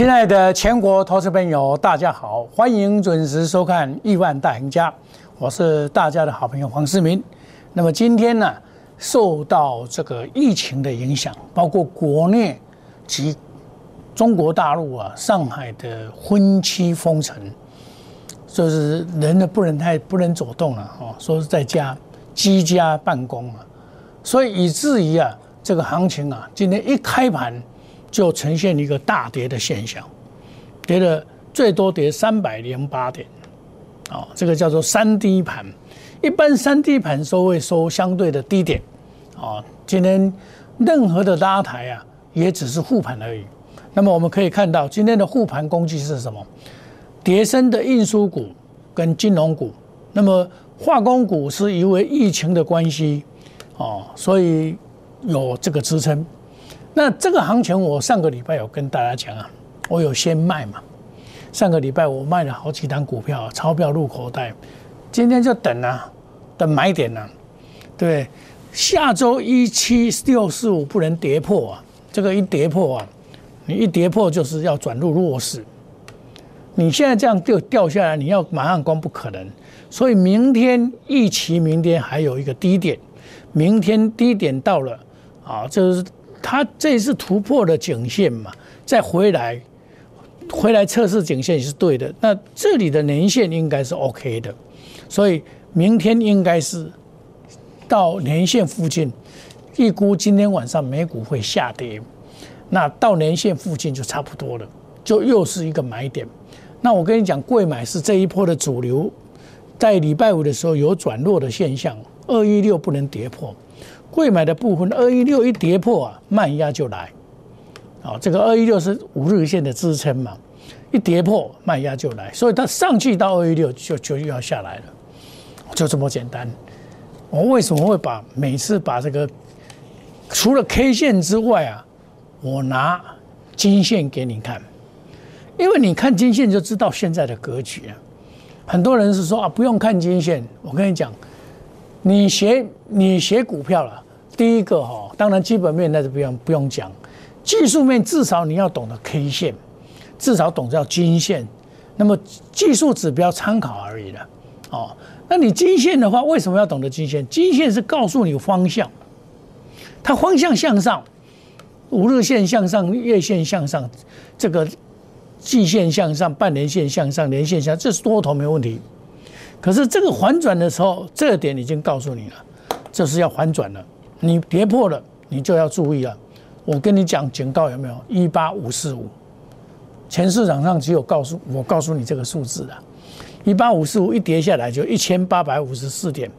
亲爱的全国投资朋友，大家好，欢迎准时收看《亿万大赢家》，我是大家的好朋友黄世明。那么今天呢，受到这个疫情的影响，包括国内及中国大陆上海的分期封城，就是人呢不能走动了说是在家居家办公所以以至于这个行情今天一开盘就呈现一个大跌的现象，跌了最多跌308点，这个叫做三低盘。一般三低盘会收相对的低点，今天任何的拉抬也只是护盘而已。那么我们可以看到今天的护盘工具是什么？跌升的运输股跟金融股，那么化工股是因为疫情的关系，所以有这个支撑。那这个行情我上个礼拜有跟大家讲我有先卖嘛，上个礼拜我卖了好几档股票，钞票入口袋，今天就等买点对不对？下周17645不能跌破这个一跌破你一跌破就是要转入弱势，你现在这样掉下来，你要马上攻不可能，所以明天预期明天还有一个低点，明天低点到了就是它这一次突破了颈线嘛，再回来测试颈线是对的，那这里的年线应该是 OK 的，所以明天应该是到年线附近，预估今天晚上美股会下跌，那到年线附近就差不多了，就又是一个买点。那我跟你讲，贵买是这一波的主流，在礼拜五的时候有转弱的现象，216不能跌破。贵买的部分216一跌破慢压就来，这个216是5日线的支撑嘛，一跌破慢压就来，所以它上去到216就又要下来了，就这么简单。我为什么会每次把这个除了 K 线之外我拿金线给你看，因为你看金线就知道现在的格局很多人是说不用看金线，我跟你讲，你学股票了，第一个当然基本面那就不用讲，技术面至少你要懂得 K 线，至少懂得金线，那么技术指标参考而已了那你金线的话，为什么要懂得金线？金线是告诉你方向，它方向向上，5日线向上，月线向上，这个季线向上，半年线向上，年线向上，这是多头没问题。可是这个反转的时候，这个点已经告诉你了，这是要反转了，你跌破了，你就要注意了。我跟你讲警告有没有？18545，全市场上只有我告诉你这个数字18545一跌下来就1854点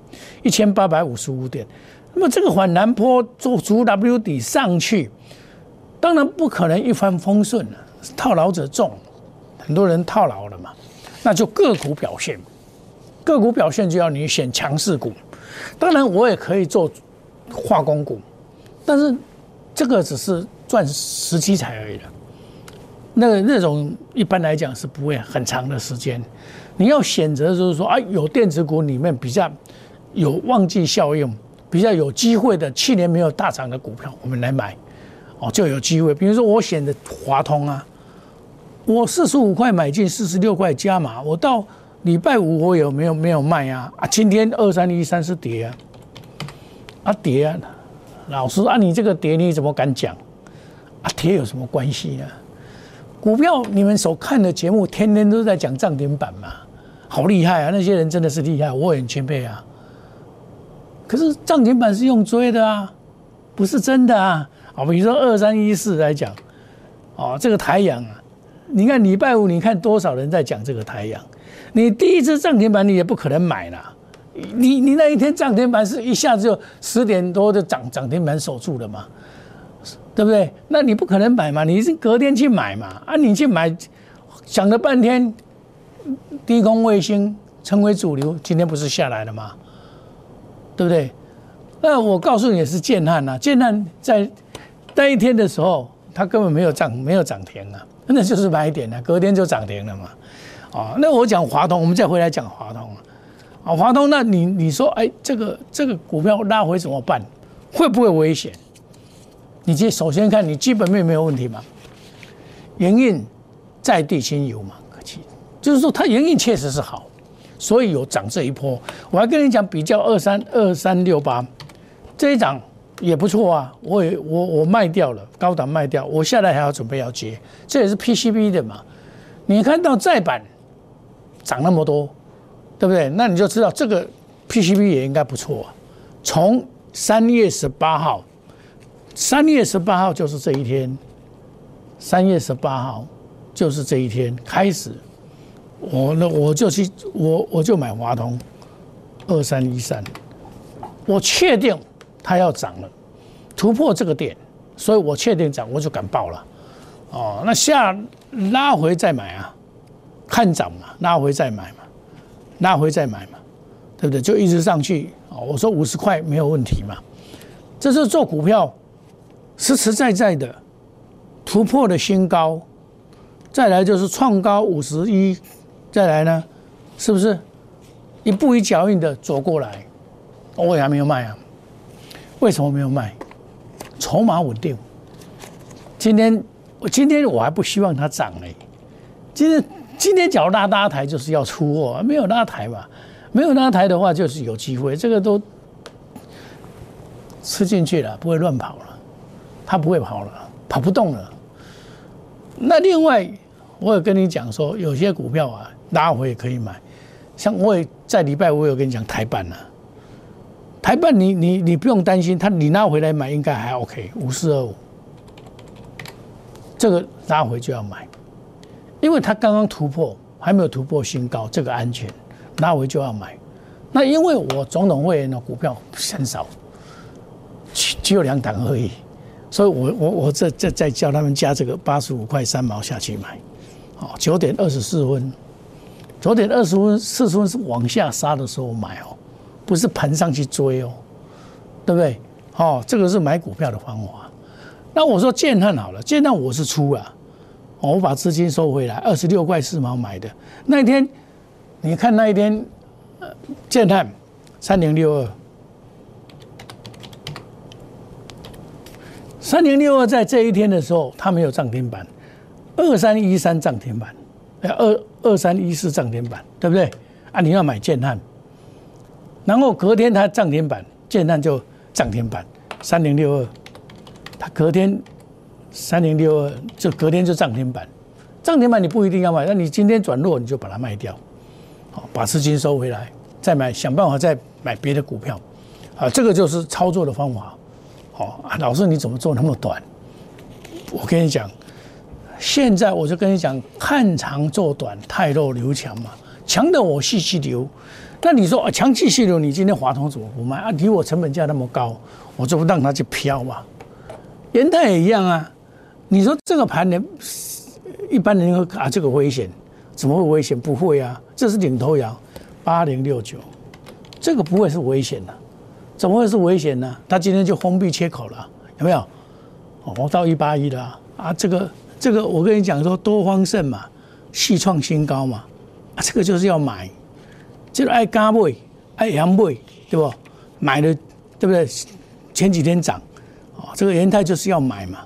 ，1855点。那么这个反弹波做足 W 底上去，当然不可能一帆风顺套牢者众，很多人套牢了嘛，那就个股表现。个股表现就要你选强势股，当然我也可以做化工股，但是这个只是赚17彩而已了。那种一般来讲是不会很长的时间。你要选择就是说有电子股里面比较有旺季效应，比较有机会的，去年没有大涨的股票，我们来买就有机会。比如说我选的华通我45块买进，46块加码，我到礼拜五我有没有卖今天2313是跌跌老师你这个跌你怎么敢讲跌有什么关系呢？股票你们所看的节目天天都在讲涨停板嘛，好厉害那些人真的是厉害，我也很钦佩可是涨停板是用追的不是真的比如说2314来讲这个台阳你看礼拜五你看多少人在讲这个台阳，你第一次涨停板你也不可能买啦，你那一天涨停板是一下子就10点多就涨停板守住了嘛，对不对？那你不可能买嘛，你是隔天去买嘛你去买，想了半天，低空卫星成为主流，今天不是下来了吗？对不对？那我告诉你也是建汉建汉在那一天的时候，它根本没有涨停那就是买点隔天就涨停了嘛。那我讲华通，我们再回来讲华通华通，那你说这个股票拉回怎么办？会不会危险？你首先看你基本面没有问题嘛，营运在地心有嘛，就是说它营运确实是好，所以有涨这一波。我还跟你讲，比较2368这一涨也不错啊，我卖掉了，高档卖掉，我下来还要准备要接，这也是 PCB 的嘛。你看到再版涨那么多，对不对？那你就知道这个 PCB 也应该不错啊。从3月18号，3月18号就是这一天，3月18号就是这一天开始，我就买华通2313，我确定它要涨了，突破这个点，所以我确定涨，我就敢报了。哦，那拉回再买啊，看涨嘛，拉回再买嘛，拉回再买嘛，对不对？就一直上去。我说50块没有问题嘛，这是做股票实实在在的突破的新高，再来就是创高51，再来呢，是不是一步一脚印的走过来？我也还没有卖啊，为什么没有卖？筹码稳定。今天我还不希望它涨嘞，今天假如拉抬就是要出货，没有拉抬嘛。没有拉抬的话，就是有机会，这个都吃进去了，不会乱跑了，它不会跑了，跑不动了。那另外，我有跟你讲说，有些股票啊，拉回也可以买，像我也在礼拜五有跟你讲台办啊，台办你不用担心，你拉回来买应该还 OK，5425，这个拉回就要买，因为它刚刚突破，还没有突破新高，这个安全。拉回就要买，那因为我总统会员的股票很少，只有2档而已，所以我再叫他们加这个85块3毛下去买，好，9点24分，9点40分是往下杀的时候买哦，不是盘上去追哦，对不对？哦，这个是买股票的方法。那我说建汉好了，建汉我是出了，我把资金收回来，26块4毛买的那一天。你看那一天，建汉3062在这一天的时候，它没有涨停板，2313涨停板，2314涨停板，对不对？啊，你要买建汉，然后隔天它涨停板，建汉就涨停板3062，它隔天3062就隔天就涨停板，涨停板你不一定要买，那你今天转弱你就把它卖掉。把资金收回来，再买，想办法再买别的股票，这个就是操作的方法。老师你怎么做那么短？我跟你讲，现在我就跟你讲，看长做短，太弱留强嘛，强的我细细留。那你说强气细流，你今天华通怎么不卖啊？离我成本价那么高，我就不让它去飘嘛。元泰也一样啊。你说这个盘呢，一般人会这个危险，怎么会危险？不会啊，这是领头羊8069，这个不会是危险的，怎么会是危险呢？它今天就封闭缺口了，有没有？哦，到181了啊！这个我跟你讲说，多方胜嘛，续创新高嘛，啊，这个就是要买。这个爱加买，爱扬买，对不？买的，对不对？前几天涨，这个元泰就是要买嘛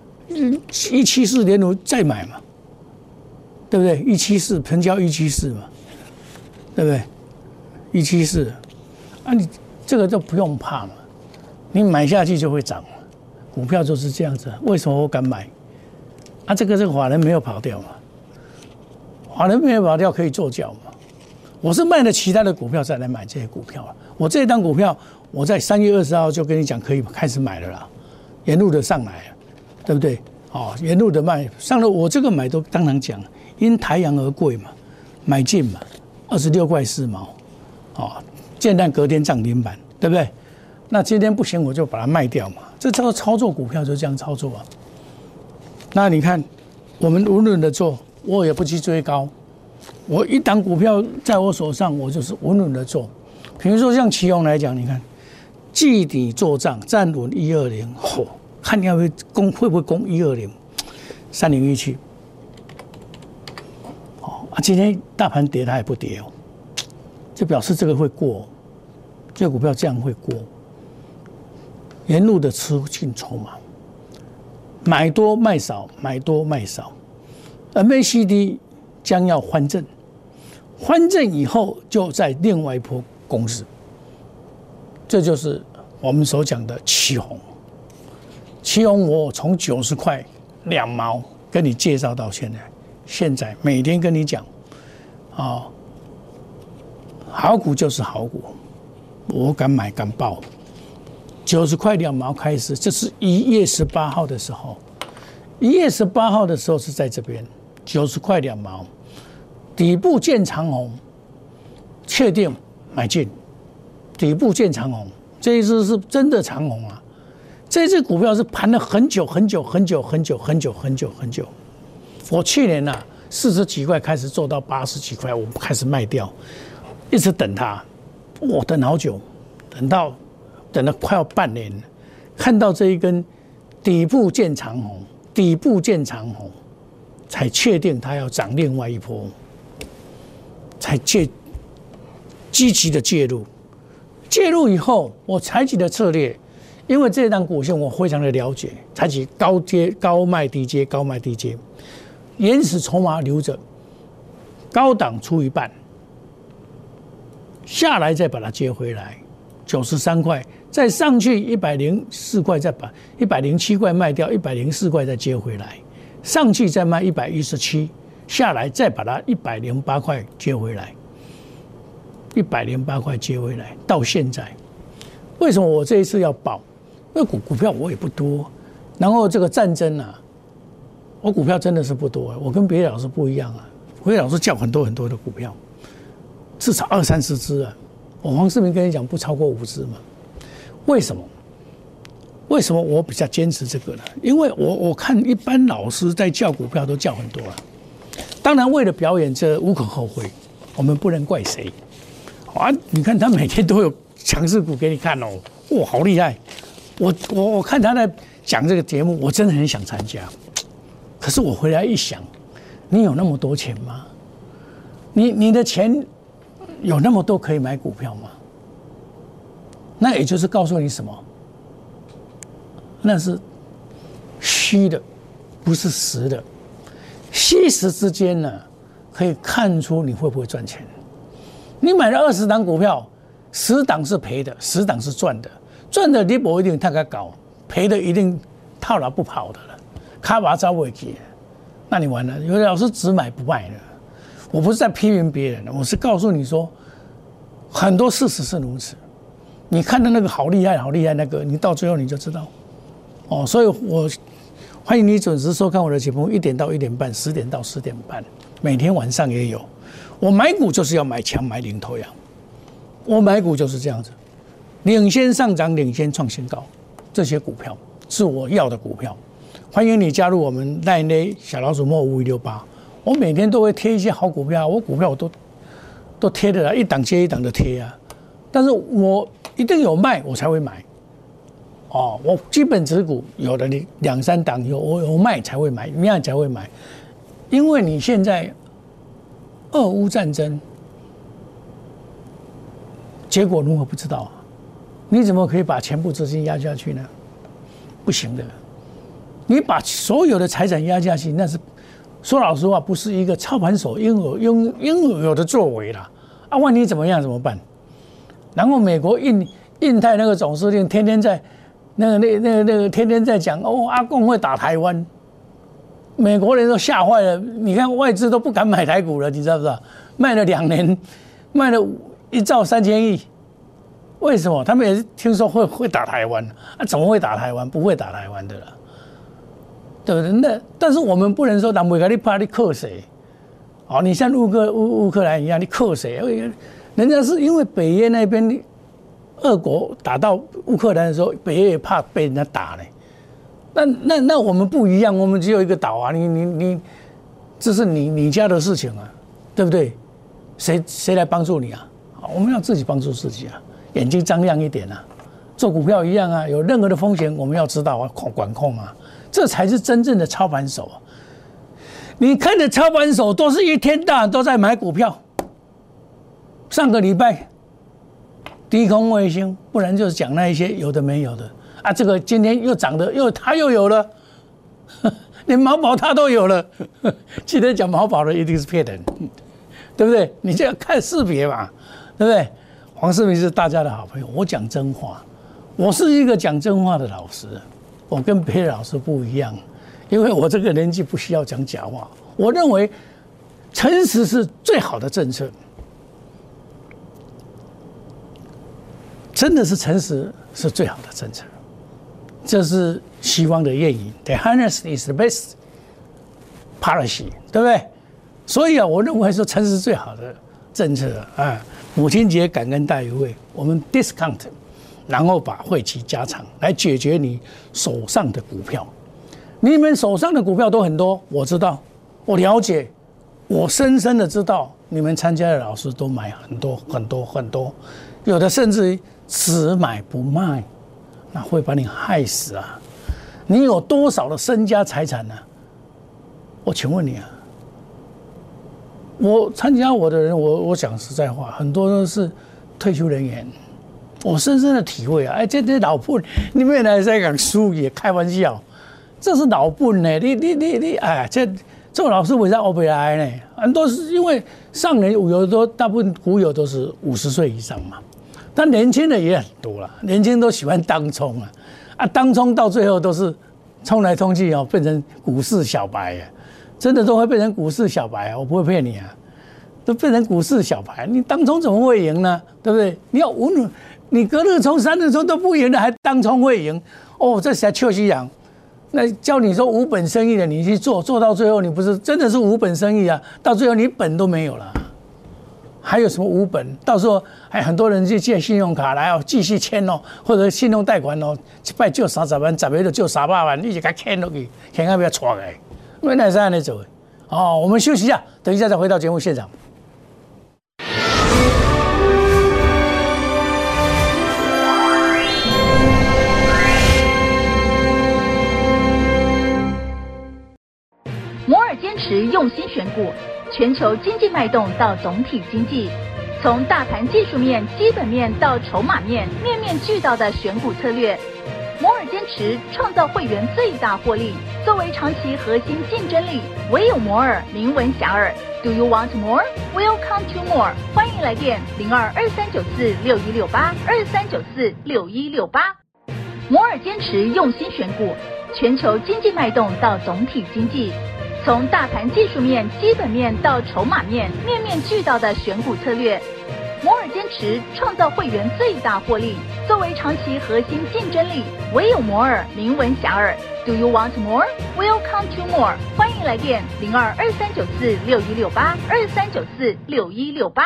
，174连5再买嘛，对不对？174成交174嘛，对不对？174，啊，你这个就不用怕嘛，你买下去就会涨，股票就是这样子。为什么我敢买？啊，这个法人没有跑掉嘛，法人没有跑掉可以做脚嘛。我是卖了其他的股票再来买这些股票了。我这一档股票，我在3月20号就跟你讲可以开始买了啦，沿路的上来了，对不对？哦，沿路的卖上了，我这个买都当然讲，因台阳而贵嘛，买进嘛，26块4毛，哦，建淡隔天涨停板，对不对？那今天不行我就把它卖掉嘛，这叫做操作股票就这样操作啊。那你看我们稳稳的做，我也不去追高。我一档股票在我手上，我就是稳稳的做。比如说像奇鋐来讲，你看季底做账站稳120，看你会不会攻120，3017。今天大盘跌它也不跌哦，就表示这个会过，这个股票这样会过。沿路的吃进筹码，买多卖少，买多卖少。 MACD 将要翻正，翻正以后就在另外一波攻势，这就是我们所讲的起红。起红我从90块2毛跟你介绍到现在每天跟你讲，好股就是好股，我敢买敢报。90块2毛开始，这是1月18号的时候，1月18号的时候是在这边90块2毛，底部见长红，确定买进，底部见长红，这一次是真的长红啊！这支股票是盘了很久。我去年40几块开始做到80几块，我开始卖掉，一直等它，我等好久，等了快要半年了，看到这一根底部见长红，才确定它要涨另外一波，才积极的介入。介入以后，我采取的策略，因为这档股票我非常的了解，采取高卖低接，原始筹码留着，高档出一半，下来再把它接回来，93块，再上去104块，再把107块卖掉，104块再接回来，上去再卖117，下来再把它108块接回来，108块接回来，到现在，为什么我这一次要报？因为股票我也不多，然后这个战争我股票真的是不多，我跟别的老师不一样别的老师叫很多的股票，至少20-30只我黄世明跟你讲不超过5只嘛。为什么我比较坚持这个呢？因为我看一般老师在叫股票都叫很多当然为了表演这无可厚非，我们不能怪谁你看他每天都有强势股给你看哇，好厉害！我看他在讲这个节目，我真的很想参加。可是我回来一想，你有那么多钱吗？你的钱有那么多可以买股票吗？那也就是告诉你什么？那是虚的，不是实的。虚实之间可以看出你会不会赚钱。你买了20档股票，10档是赔的，10档是赚的。赚的你不一定太高，赔的一定套牢不跑的了，卡把招不起，那你完了。有的老师只买不卖的，我不是在批评别人，我是告诉你说，很多事实是如此。你看到那个好厉害那个，你到最后你就知道。所以我欢迎你准时收看我的节目，1点到1点半，10点到10点半，每天晚上也有。我买股就是要买强买领头羊，我买股就是这样子。领先上涨，领先创新高，这些股票是我要的股票。欢迎你加入我们LINE小老鼠5568，我每天都会贴一些好股票，我股票我都贴的一档接一档的贴但是我一定有卖我才会买我基本持股有的你2-3档我有卖才会买，那样才会买，因为你现在俄乌战争结果如何不知道你怎么可以把全部资金压下去呢？不行的，你把所有的财产压下去，那是说老实话，不是一个操盘手应有的作为啦。万一怎么样怎么办？然后美国印太那个总司令天天在那个天天在讲阿共会打台湾，美国人都吓坏了。你看外资都不敢买台股了，你知道不知道？卖了2年，卖了1兆3000亿。为什么？他们也是听说会打台湾怎么会打台湾？不会打台湾的啦，对不对？但是我们不能说人家你怕你克谁？你像乌克兰一样，你克谁？人家是因为北约那边俄国打到乌克兰的时候，北约也怕被人家打呢。那我们不一样，我们只有一个岛你这是你家的事情对不对？谁来帮助你我们要自己帮助自己眼睛张亮一点做股票一样有任何的风险我们要知道管控这才是真正的操盘手你看的操盘手都是一天到晚都在买股票，上个礼拜低空卫星，不然就是讲那一些有的没有的这个今天又涨的他又有了连毛宝他都有了，今天讲毛宝的一定是骗人，对不对？你就要看识别嘛，对不对？黄世明是大家的好朋友，我讲真话，我是一个讲真话的老师，我跟别的老师不一样，因为我这个年纪不需要讲假话。我认为诚实是最好的政策，真的是诚实是最好的政策，这是西方的谚语 ，The honest is the best policy， 对不对？所以啊，我认为说诚实是最好的政策啊。母亲节感恩大优惠，我们 discount， 然后把会期加长，来解决你手上的股票。你们手上的股票都很多，我知道，我了解，我深深的知道，你们参加的老师都买很多很多很多，有的甚至于只买不卖，那会把你害死啊！你有多少的身家财产呢？我请问你啊，我参加我的人，我讲实在话，很多都是退休人员。我深深的体会啊，哎，这老笨，你们来在讲输也开玩笑，这是老笨呢。你，哎，这种老师为啥学不来呢？很多是因为上人有的大部分股友都是50岁以上嘛，但年轻的也很多了，年轻人都喜欢当冲啊，当冲到最后都是冲来冲去哦，变成股市小白啊。真的都会变成股市小白啊！我不会骗你啊，都变成股市小白，你当冲怎么会赢呢？对不对？你要你隔日冲、3日冲都不赢的，还当冲会赢？哦，这才臭西洋。那教你说无本生意的，你去做到最后，你不是真的是无本生意啊？到最后你本都没有了，还有什么无本？到时候还很多人去借信用卡来哦，继续欠哦，或者信用贷款哦，一摆借30万，10个就借300万，你就给他欠落去，欠到不要错来。原来是这样走哦，我们休息一下，等一下再回到节目现场。 摩尔坚持用心选股，全球经济脉动到总体经济，从大盘技术面、基本面到筹码面，面面俱到的选股策略。摩尔坚持创造会员最大获利，作为长期核心竞争力，唯有摩尔名闻遐迩。Do you want more? Welcome to more。欢迎来电0223946168，23946168。摩尔坚持用心选股，全球经济脉动到总体经济，从大盘技术面、基本面到筹码面，面面俱到的选股策略。摩尔坚持创造会员最大获利，作为长期核心竞争力，唯有摩尔名闻遐迩。Do you want more? Welcome to more。欢迎来电0223946168，23946168。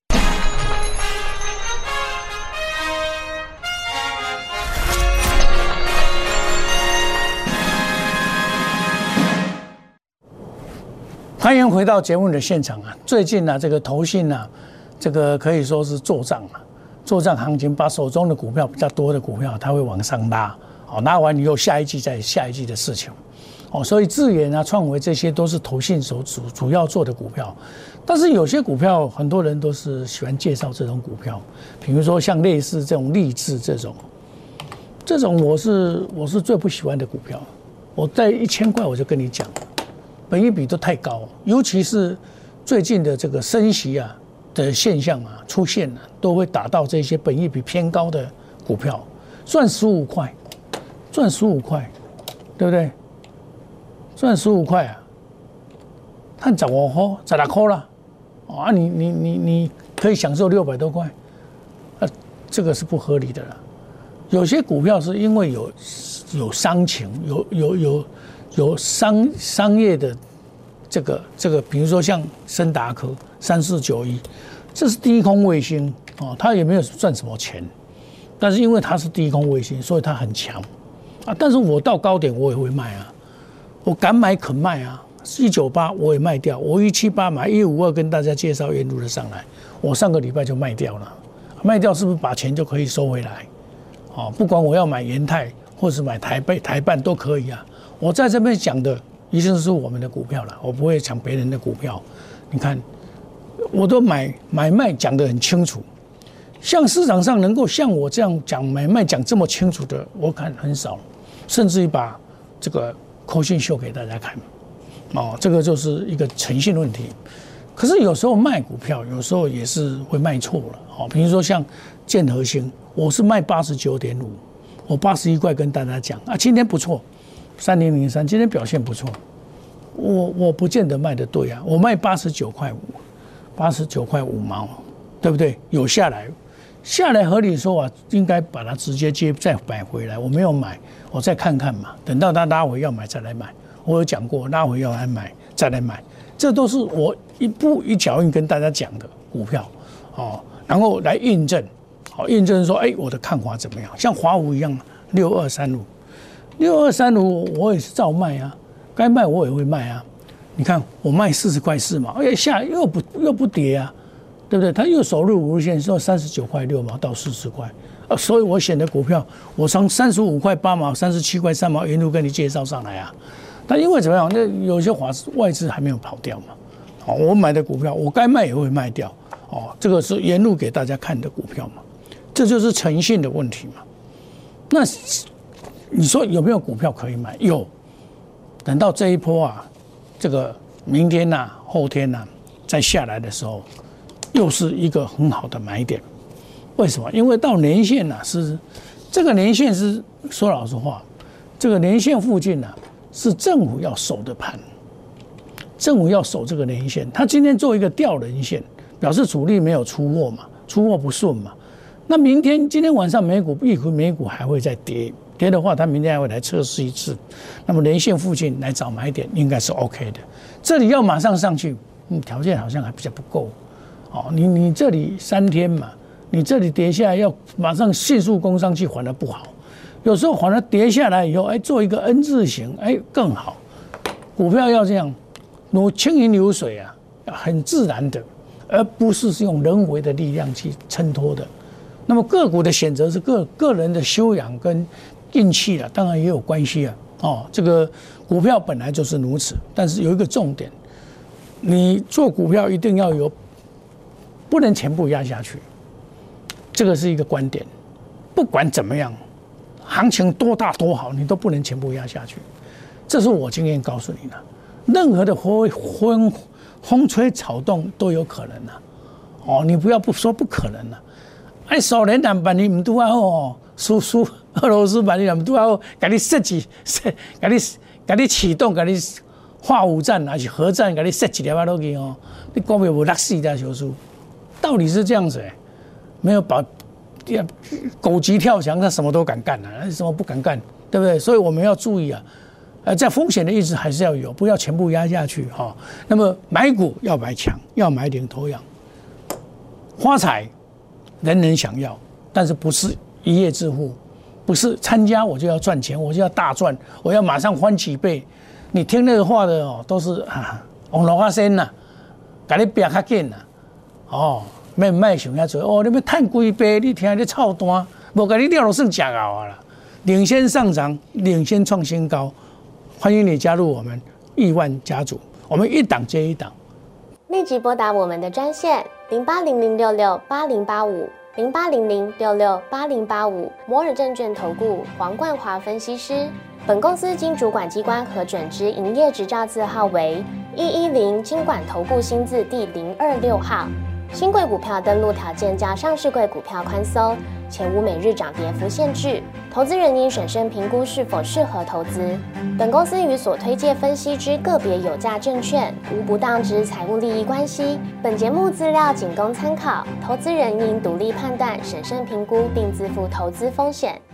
欢迎回到节目的现场啊！最近呢，这个投信呢，这个可以说是做账啊，做账行情，把手中的股票比较多的股票，它会往上拉，好，拉完以后下一季再下一季的事情，哦，所以智原啊、创惟这些都是投信主要做的股票，但是有些股票很多人都是喜欢介绍这种股票，比如说像类似这种励志这种我是最不喜欢的股票，我在1000块我就跟你讲。本益比都太高，尤其是最近的这个升息啊的现象啊出现了，都会打到这些本益比偏高的股票，赚15块，赚15块，对不对？赚15块啊，看15块、16块啦，啊，你可以享受600多块，这个是不合理的啦。有些股票是因为有商情，有商业的这个，比如说像森达科3491，这是低空卫星哦，它也没有赚什么钱，但是因为它是低空卫星，所以它很强啊。但是我到高点我也会卖啊，我敢买肯卖啊，198我也卖掉，我178买，152跟大家介绍沿路的上来，我上个礼拜就卖掉了，卖掉是不是把钱就可以收回来？哦，不管我要买元泰或是买台办都可以啊。我在这边讲的一定是我们的股票了，我不会抢别人的股票。你看，我都买卖讲得很清楚。像市场上能够像我这样讲买卖讲这么清楚的，我看很少，甚至于把这个扣讯秀给大家看，这个就是一个诚信问题。可是有时候卖股票，有时候也是会卖错了，比如说像建和兴，我是卖89.5，我81块跟大家讲啊，今天不错，3003，今天表现不错，我不见得卖得对啊，我卖89块5，89块5毛，对不对？有下来合理说啊，应该把它直接再买回来，我没有买，我再看看嘛，等到它拉回要买再来买。我有讲过，拉回要来买再来买，这都是我一步一脚印跟大家讲的股票，然后来印证，印证说，我的看法怎么样？像华孚一样，6235，我也是照卖啊，该卖我也会卖啊。你看我卖40块4毛，下又不跌啊，对不对？它又守入五日线，说39块6毛到40块，所以我选的股票，我从35块8毛、37块3毛沿路跟你介绍上来啊。但因为怎么样？那有些外资还没有跑掉嘛，我买的股票我该卖也会卖掉，这个是沿路给大家看的股票嘛，这就是诚信的问题嘛。那你说有没有股票可以买？有，等到这一波啊，这个明天呐、后天呐再下来的时候，又是一个很好的买点。为什么？因为到年线呐是这个年线是说老实话，这个年线附近呐。是政府要守的盘，政府要守这个年线。他今天做一个吊人线，表示主力没有出货嘛，出货不顺嘛。那今天晚上美股还会再跌的话，他明天还会来测试一次。那么年线附近来找买点应该是 OK 的。这里要马上上去，条件好像还比较不够。你这里3天嘛，你这里跌下来要马上迅速攻上去，反而不好。有时候反而跌下来以后，做一个 N 字形，更好。股票要这样，轻盈流水啊，很自然的，而不是用人为的力量去衬托的。那么个股的选择是个人的修养跟运气啊，当然也有关系啊。这个股票本来就是如此，但是有一个重点，你做股票一定要不能全部压下去，这个是一个观点。不管怎么样。行情多大多好，你都不能全部压下去，这是我经验告诉你的。任何的风吹草动都有可能你不要说不可能苏联人把你唔拄啊好苏俄罗斯把你唔拄啊好，给你设计，给你启动，给你化武战还是核战，给你设几条落去你股票无落死的小数，道理是这样子没有保。狗急跳墙，他什么都敢干什么不敢干，对不对？所以我们要注意在风险的意识还是要有，不要全部压下去那么买股要买强，要买领头羊，发财人人想要，但是不是一夜致富，不是参加我就要赚钱，我就要大赚，我要马上翻几倍。你听那个话的都是往落下先呐，给你变较紧卖想遐多你要赚几倍？你听你操蛋，无给你料都算假高啦！领先上涨，领先创新高，欢迎你加入我们亿万家族，我们一档接一档。 立即拨打我们的专线0800668085 0800668085摩尔证券投顾黄冠华分析师。本公司经主管机关核准之营业执照字号为110金管投顾新字第026号。新贵股票登录条件较上市贵股票宽松，且无每日涨跌幅限制。投资人应审慎评估是否适合投资。本公司与所推介分析之个别有价证券无不当之财务利益关系。本节目资料仅供参考，投资人应独立判断、审慎评估并自负投资风险。